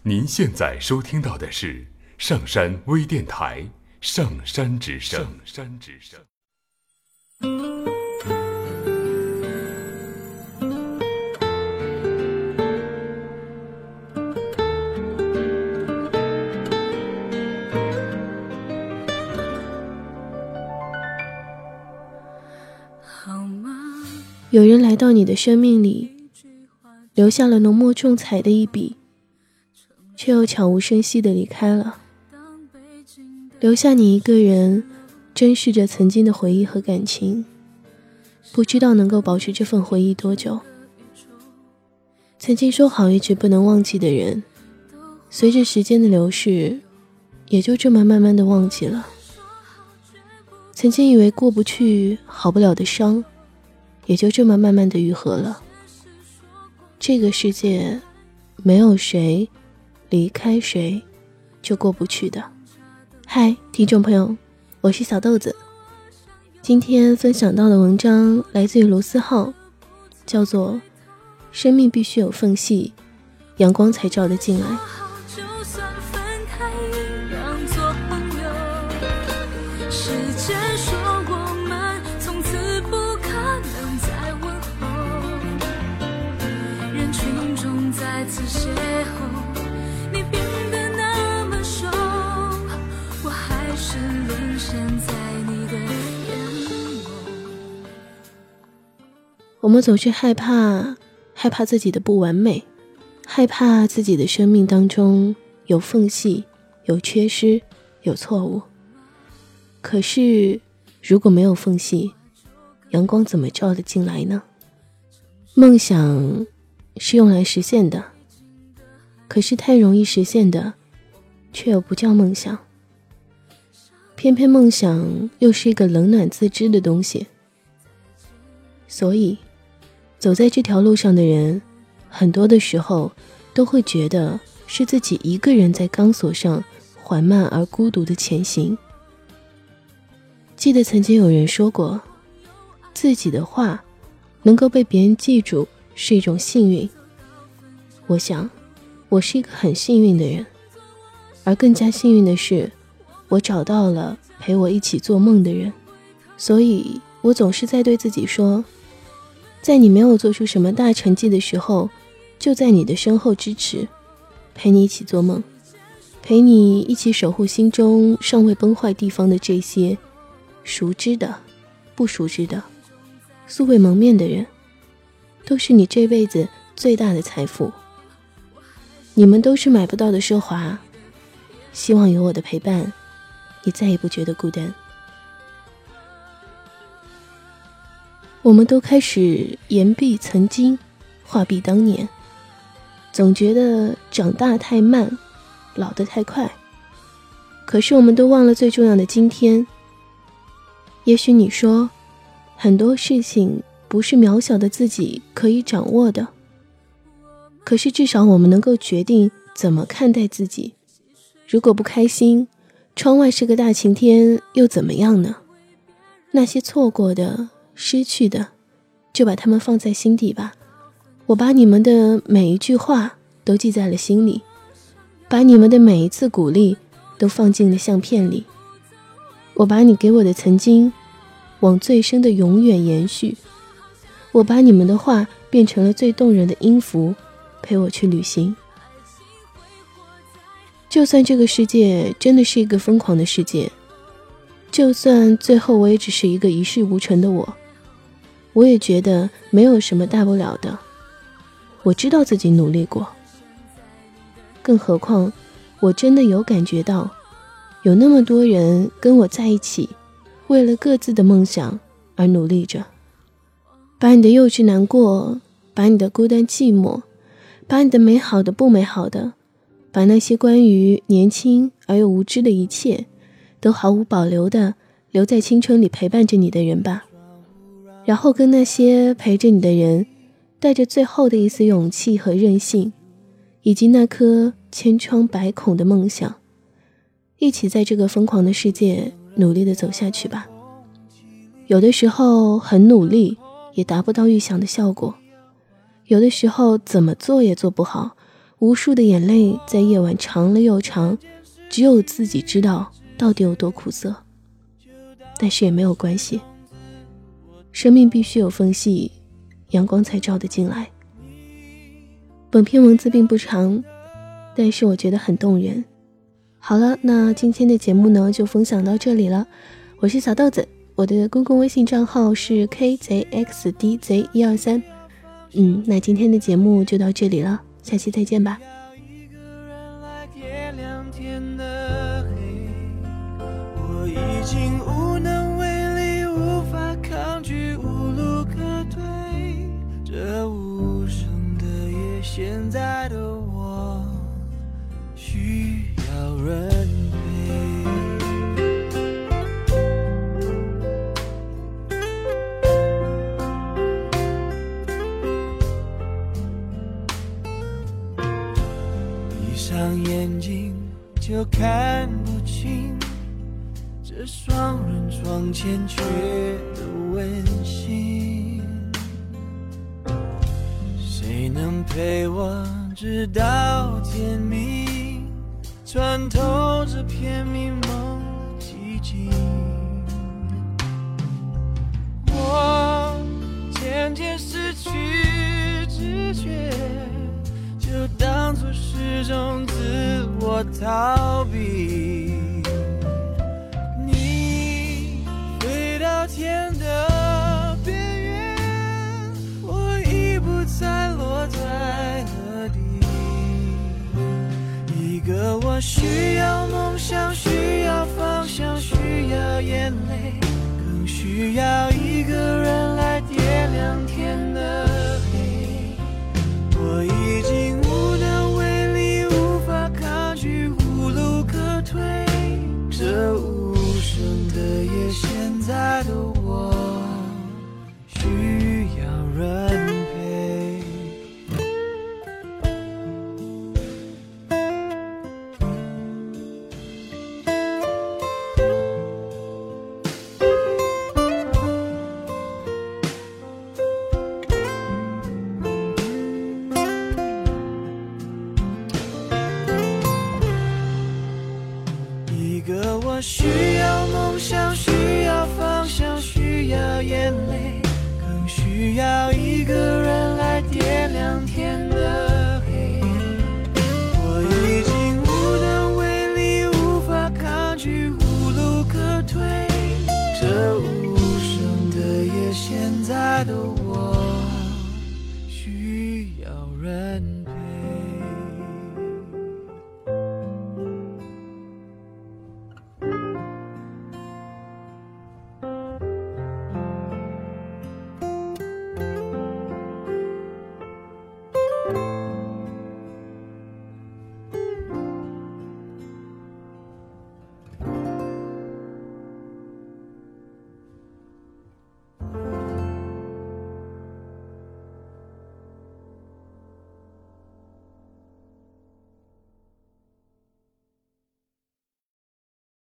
您现在收听到的是上山微电台《上山之声》。 有人来到你的生命里，留下了浓墨重彩的一笔，却又悄无声息地离开了，留下你一个人珍视着曾经的回忆和感情，不知道能够保持这份回忆多久。曾经说好一直不能忘记的人，随着时间的流逝，也就这么慢慢地忘记了。曾经以为过不去好不了的伤，也就这么慢慢地愈合了。这个世界没有谁离开谁就过不去的。嗨，听众朋友，我是小豆子。今天分享到的文章来自于卢思浩，叫做生命必须有缝隙，阳光才照得进来。我们总是害怕自己的不完美，害怕自己的生命当中有缝隙，有缺失，有错误。可是如果没有缝隙，阳光怎么照得进来呢？梦想是用来实现的，可是太容易实现的却又不叫梦想。偏偏梦想又是一个冷暖自知的东西，所以走在这条路上的人，很多的时候都会觉得是自己一个人在钢索上缓慢而孤独的前行。记得曾经有人说过，自己的话能够被别人记住是一种幸运。我想我是一个很幸运的人，而更加幸运的是，我找到了陪我一起做梦的人。所以我总是在对自己说，在你没有做出什么大成绩的时候，就在你的身后支持，陪你一起做梦，陪你一起守护心中尚未崩坏地方的这些熟知的、不熟知的、素未谋面的人，都是你这辈子最大的财富。你们都是买不到的奢华，希望有我的陪伴，你再也不觉得孤单。我们都开始言毕曾经，话毕当年，总觉得长大太慢，老得太快。可是我们都忘了最重要的今天。也许你说，很多事情不是渺小的自己可以掌握的，可是至少我们能够决定怎么看待自己。如果不开心，窗外是个大晴天又怎么样呢？那些错过的失去的，就把它们放在心底吧。我把你们的每一句话都记在了心里，把你们的每一次鼓励都放进了相片里。我把你给我的曾经往最深的永远延续，我把你们的话变成了最动人的音符，陪我去旅行。就算这个世界真的是一个疯狂的世界，就算最后我也只是一个一事无成的我也觉得没有什么大不了的。我知道自己努力过，更何况我真的有感觉到，有那么多人跟我在一起，为了各自的梦想而努力着。把你的幼稚难过，把你的孤单寂寞，把你的美好的不美好的，把那些关于年轻而又无知的一切，都毫无保留地留在青春里陪伴着你的人吧。然后跟那些陪着你的人，带着最后的一丝勇气和韧性，以及那颗千疮百孔的梦想，一起在这个疯狂的世界努力地走下去吧。有的时候很努力，也达不到预想的效果，有的时候怎么做也做不好， 无数的眼泪在夜晚长了又长，只有自己知道到底有多苦涩。但是也没有关系，生命必须有缝隙，阳光才照得进来。本篇文字并不长，但是我觉得很动人。好了，那今天的节目呢就分享到这里了。我是小豆子，我的公共微信账号是 KZXDZ123。那今天的节目就到这里了，下期再见吧。 我已经无能为力，无法抗拒，无路可退。这无声的夜，现在的我需要人陪。闭上眼睛就看不清这双人床欠缺的温馨，谁能陪我直到天明，穿透这片迷蒙的寂静。我渐渐失去知觉，就当作是种自我逃避。天的边缘，我已不再落在何地。一个我需要梦想，需要方向，需要眼泪，更需要一个人来点亮天的黑。我已经无能为力，无法抗拒，无路可退。这无声的夜，现在的我需要人陪。一个我需要梦想，需要方向，需要眼泪，更需要一个人